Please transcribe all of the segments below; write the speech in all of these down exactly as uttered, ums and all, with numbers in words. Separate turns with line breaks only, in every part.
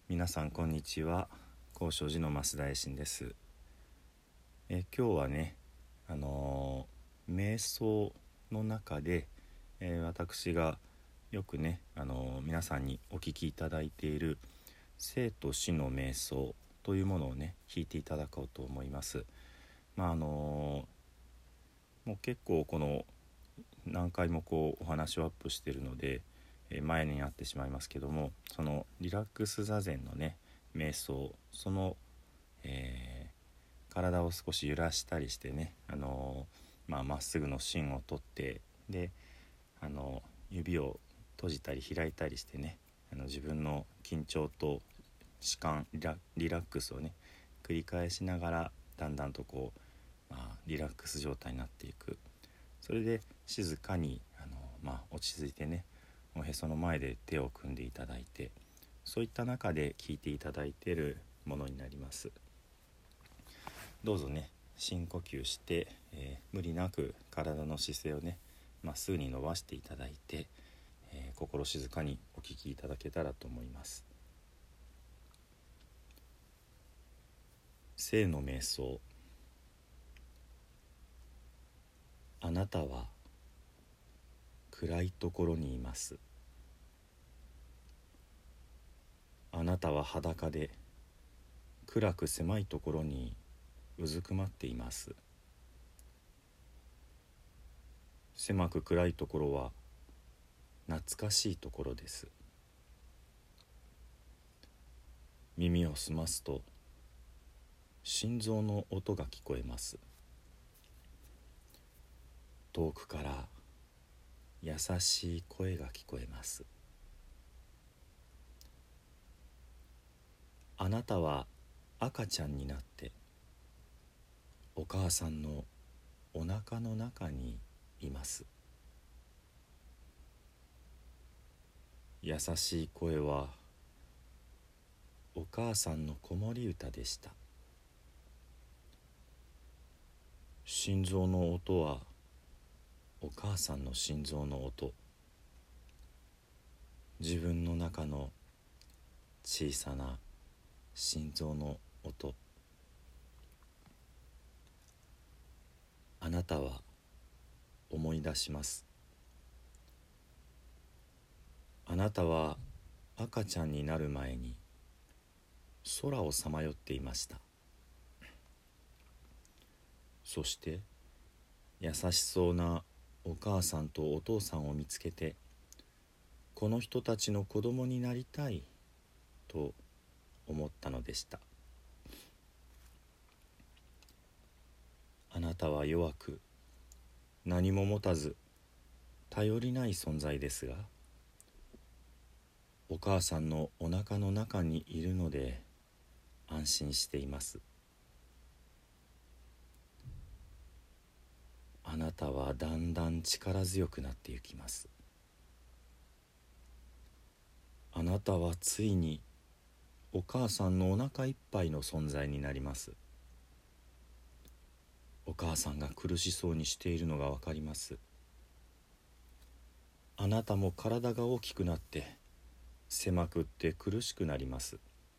皆さんこんにちは。高尚寺の増田衛進です。え今日はね、あのー、瞑想の中で、えー、私がよくね、あのー、皆さんにお聞きいただいている生と死の瞑想というものをね弾いていただこうと思います。まああのー、もう結構この何回もこうお話をアップしているので、えー、前になってしまいますけども、そのリラックス座禅のね瞑想、その、えー、体を少し揺らしたりしてね、あのー、まあ、まっすぐの芯を取って、で、あの指を閉じたり開いたりしてね、あの自分の緊張と弛緩リラ、リラックスをね繰り返しながらだんだんとこう、まあ、リラックス状態になっていく。それで静かにあの、まあ、落ち着いてね、おへその前で手を組んでいただいて、そういった中で聞いていただいているものになります。どうぞね、深呼吸して、えー、無理なく体の姿勢をねまっすぐに伸ばしていただいて、えー、心静かにお聞きいただけたらと思います。静の瞑想。あなたは暗いところにいます。あなたは裸で暗く狭いところにうずくまっています。狭く暗いところは懐かしいところです。耳を澄ますと心臓の音が聞こえます。遠くから優しい声が聞こえます。あなたは赤ちゃんになってお母さんのお腹の中にいます。優しい声はお母さんの子守歌でした。心臓の音はお母さんの心臓の音。自分の中の小さな心臓の音。あなたは思い出します。あなたは赤ちゃんになる前に空をさまよっていました。そして優しそうなお母さんとお父さんを見つけて、この人たちの子供になりたいと思ったのでした。あなたは弱く何も持たず頼りない存在ですが、お母さんのお腹の中にいるので安心しています。あなたはだんだん力強くなってゆきます。あなたはついにお母さんのお腹いっぱいの存在になります。お母さんが苦しそうにしているのがわかります。あなたも体が大きくなって狭くって苦しくなります。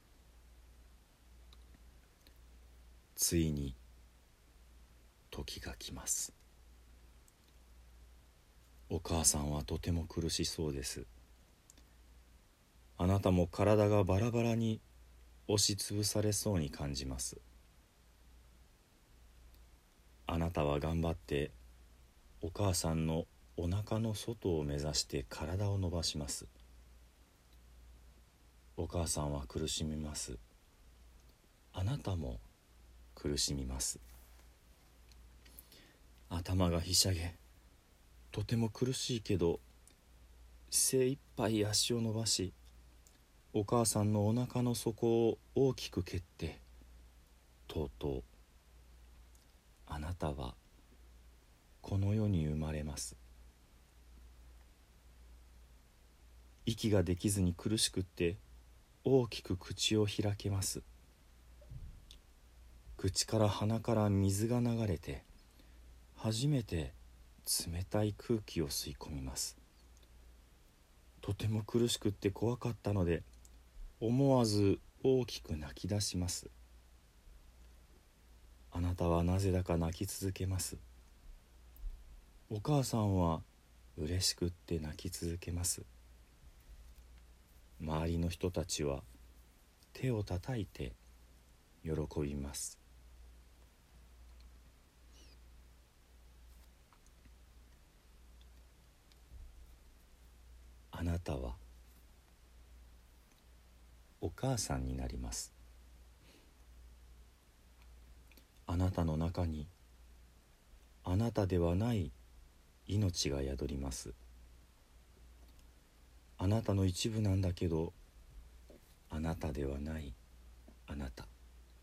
ついに時が来ます。お母さんはとても苦しそうです。あなたも体がバラバラに押しつぶされそうに感じます。あなたは頑張ってお母さんのお腹の外を目指して体を伸ばします。お母さんは苦しみます。あなたも苦しみます。頭がひしゃげ、とても苦しいけど精一杯足を伸ばし、お母さんのお腹の底を大きく蹴って、とうとうあなたはこの世に生まれます。息ができずに苦しくって大きく口を開けます。口から鼻から水が流れて初めて冷たい空気を吸い込みます。とても苦しくって怖かったので思わず大きく泣き出します。あなたはなぜだか泣き続けます。お母さんは嬉しくって泣き続けます。周りの人たちは手をたたいて喜びます。あなたはお母さんになります。あなたの中にあなたではない命が宿ります。あなたの一部なんだけど、あなたではないあなた。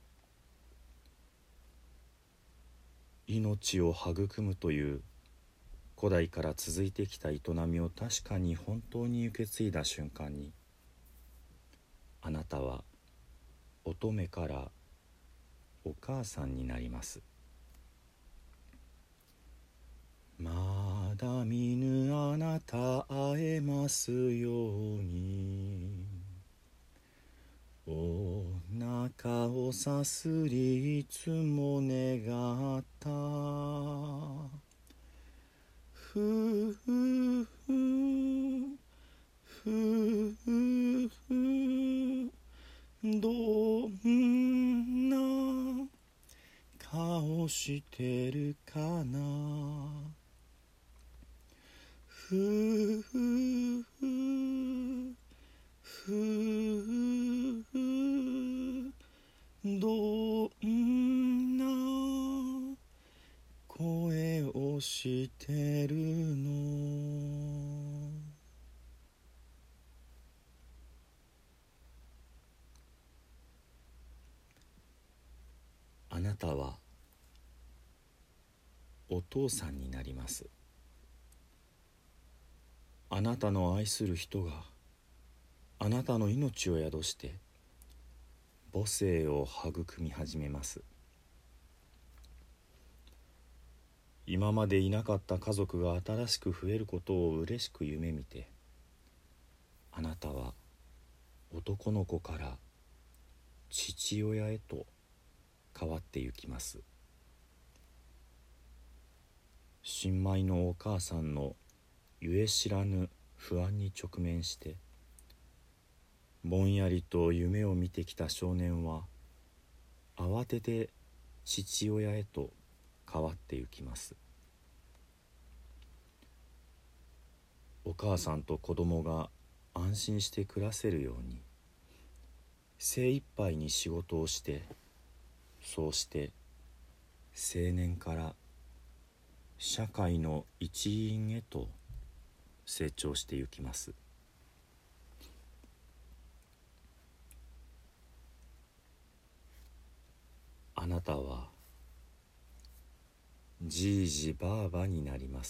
命を育むという古代から続いてきた営みを確かに本当に受け継いだ瞬間に、あなたは乙女からお母さんになります。まだ見ぬあなた会えますように、お腹をさすりいつも願った。ふふふふふふどんな顔してるかな。ふふふふふどんな声をしてるの。あなたはお父さんになります。あなたの愛する人があなたの命を宿して母性を育み始めます。今までいなかった家族が新しく増えることを嬉しく夢見て、あなたは男の子から父親へと変わってゆきます。新米のお母さんのゆえ知らぬ不安に直面して、ぼんやりと夢を見てきた少年は慌てて父親へと変わってゆきます。お母さんと子供が安心して暮らせるように精一杯に仕事をして、そうして青年から社会の一員へと成長してゆきます。あなたはじいじばあばになります。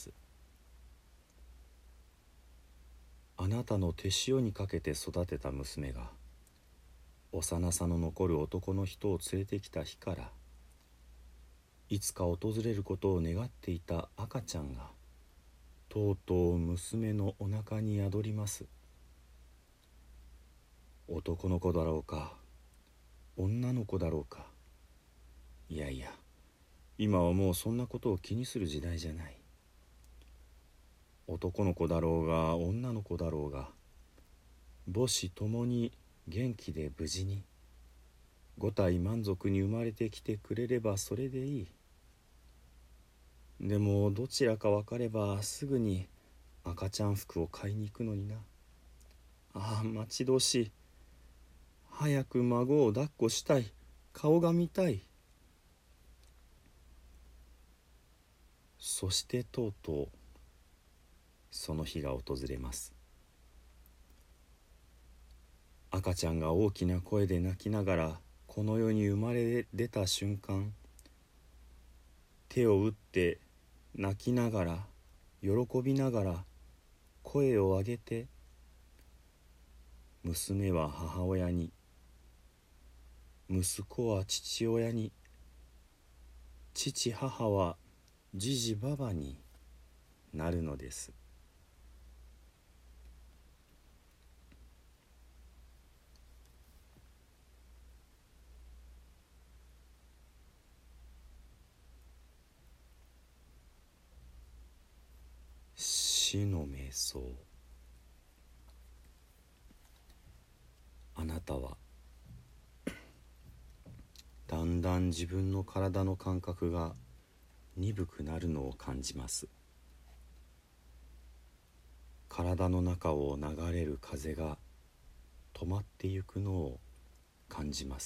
あなたの手塩にかけて育てた娘が幼さの残る男の人を連れてきた日から、いつか訪れることを願っていた赤ちゃんがとうとう娘のお腹に宿ります。男の子だろうか女の子だろうか、いやいや、今はもうそんなことを気にする時代じゃない。男の子だろうが女の子だろうが、母子ともに元気で無事に五体満足に生まれてきてくれればそれでいい。でもどちらか分かればすぐに赤ちゃん服を買いに行くのにな。ああ、待ち遠しい。早く孫を抱っこしたい。顔が見たい。そしてとうとうその日が訪れます。赤ちゃんが大きな声で泣きながらこの世に生まれ出た瞬間、手を打って泣きながら喜びながら声を上げて、娘は母親に、息子は父親に、父母はじじばばになるのです。 死の瞑想。あなたはだんだん自分の体の感覚が鈍くなるのを感じます。体の中を流れる風が止まってゆくのを感じます。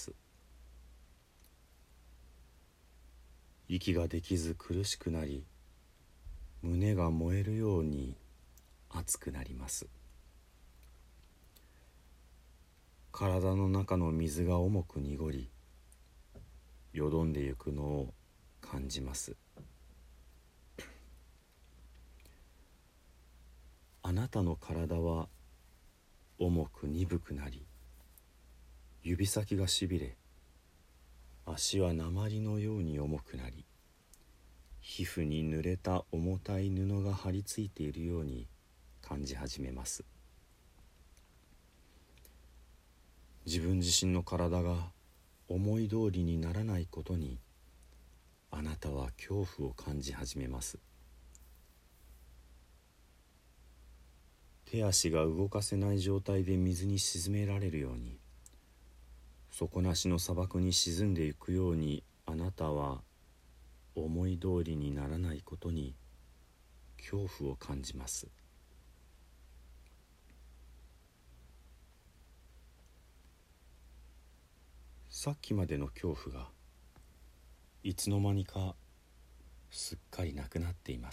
息ができず苦しくなり、胸が燃えるように熱くなります。体の中の水が重く濁り、よどんでゆくのを感じます。あなたの体は重く鈍くなり、指先がしびれ、足は鉛のように重くなり、皮膚に濡れた重たい布が張り付いているように感じ始めます。自分自身の体が思い通りにならないことに、あなたは恐怖を感じ始めます。手足が動かせない状態で水に沈められるように、底なしの砂漠に沈んでいくように、あなたは思い通りにならないことに恐怖を感じます。さっきまでの恐怖がいつの間にかすっかりなくなっています。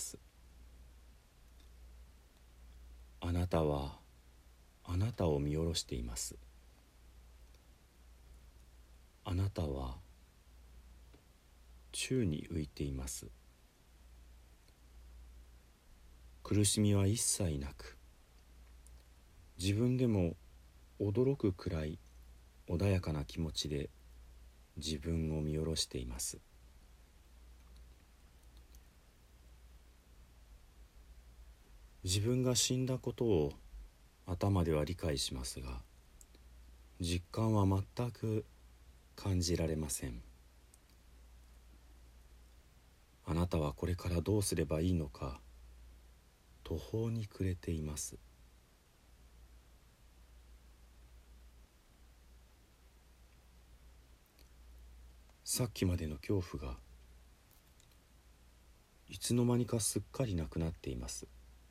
あなたはあなたを見下ろしています。あなたは宙に浮いています。苦しみは一切なく、自分でも驚くくらい穏やかな気持ちで自分を見下ろしています。自分が死んだことを頭では理解しますが、実感は全く感じられません。あなたはこれからどうすればいいのか途方に暮れています。さっきまでの恐怖がいつの間にかすっかりなくなっています。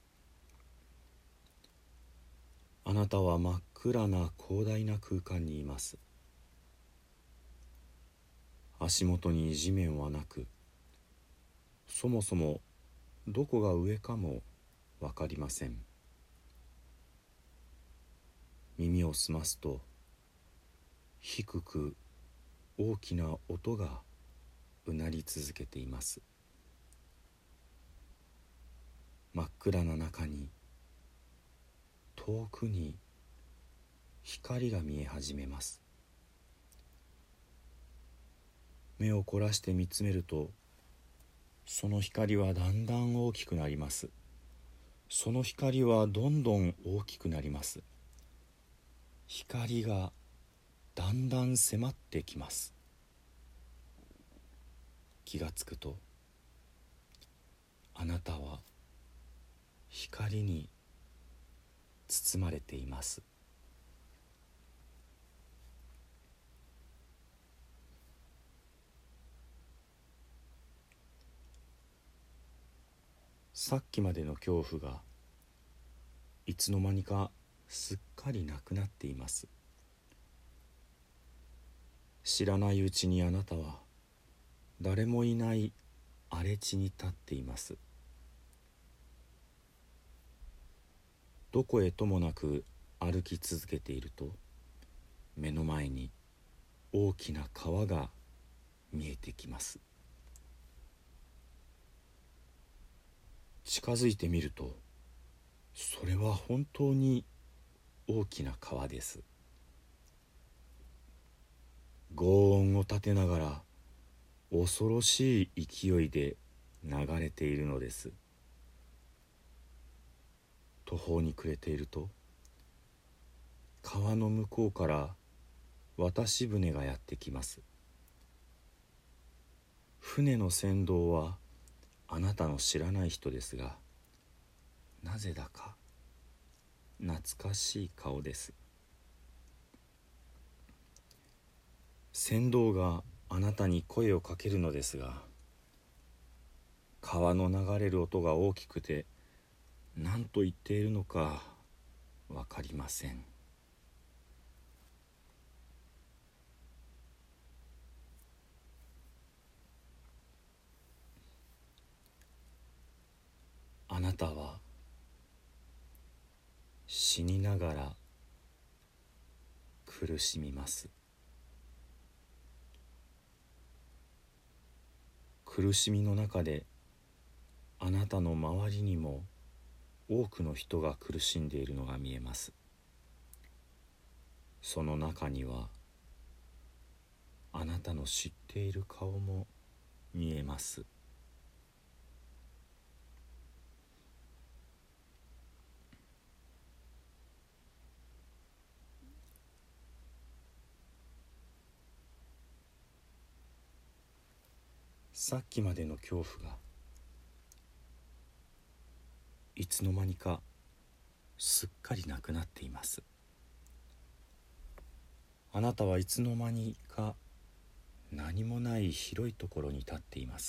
あなたは真っ暗な広大な空間にいます。足元に地面はなく、そもそもどこが上かもわかりません。耳を澄ますと、低く大きな音がうなり続けています。真っ暗な中に遠くに光が見え始めます。目を凝らして見つめると、その光はだんだん大きくなります。その光はどんどん大きくなります。光がだんだん迫ってきます。気がつくと、あなたは光に包まれています。さっきまでの恐怖がいつの間にかすっかりなくなっています。知らないうちにあなたは誰もいない荒れ地に立っています。どこへともなく歩き続けていると、目の前に大きな川が見えてきます。近づいてみると、それは本当に大きな川です。轟音を立てながら恐ろしい勢いで流れているのです。途方に暮れていると、川の向こうから渡し船がやってきます。船の船頭はあなたの知らない人ですが、 なぜだか懐かしい顔です。船頭があなたに声をかけるのですが、川の流れる音が大きくて何と言っているのかわかりません。あなたは死にながら苦しみます。苦しみの中であなたの周りにも多くの人が苦しんでいるのが見えます。その中にはあなたの知っている顔も見えます。さっきまでの恐怖がいつの間にかすっかりなくなっています。あなたはいつの間にか何もない広いところに立っています。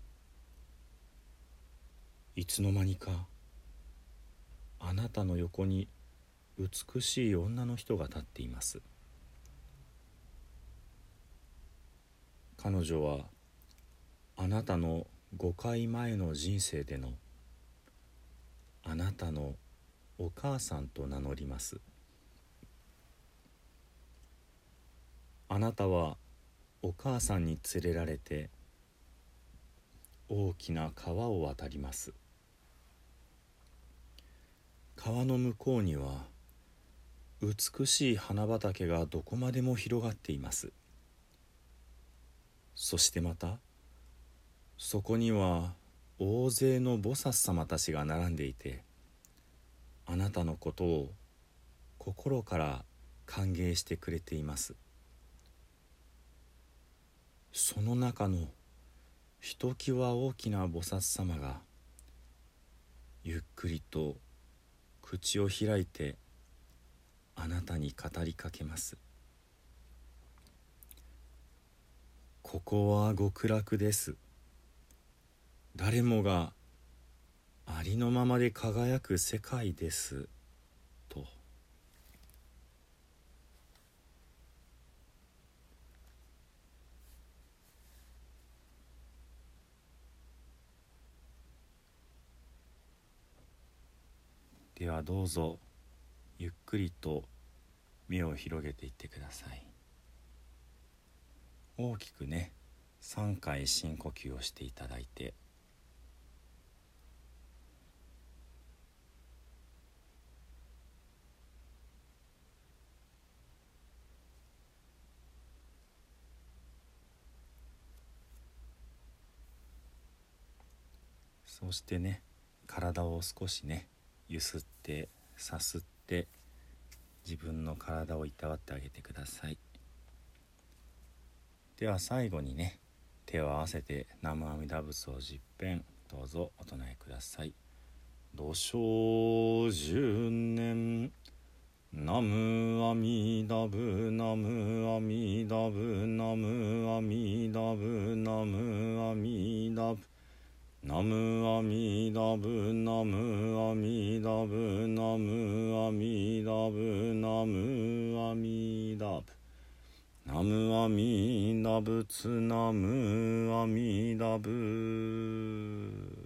いつの間にかあなたの横に美しい女の人が立っています。彼女はあなたのごかいまえの人生でのあなたのお母さんと名乗ります。あなたはお母さんに連れられて大きな川を渡ります。川の向こうには美しい花畑がどこまでも広がっています。そしてまたそこには大勢の菩薩様たちが並んでいて、あなたのことを心から歓迎してくれています。その中のひときわ大きな菩薩様がゆっくりと口を開いてあなたに語りかけます。ここは極楽です。誰もがありのままで輝く世界ですと。ではどうぞゆっくりと目を広げていってください。大きくねさんかい深呼吸をしていただいて、そしてね体を少しねゆすってさすって自分の体をいたわってあげてください。では最後にね手を合わせて南無阿弥陀仏を十遍どうぞお唱えください。土生十年南無阿弥陀仏南無阿弥陀仏南無阿弥陀仏南無阿弥陀仏南無阿弥陀仏南無阿弥陀仏南無阿弥陀仏南無阿弥陀仏南無阿弥陀仏南無阿弥陀仏。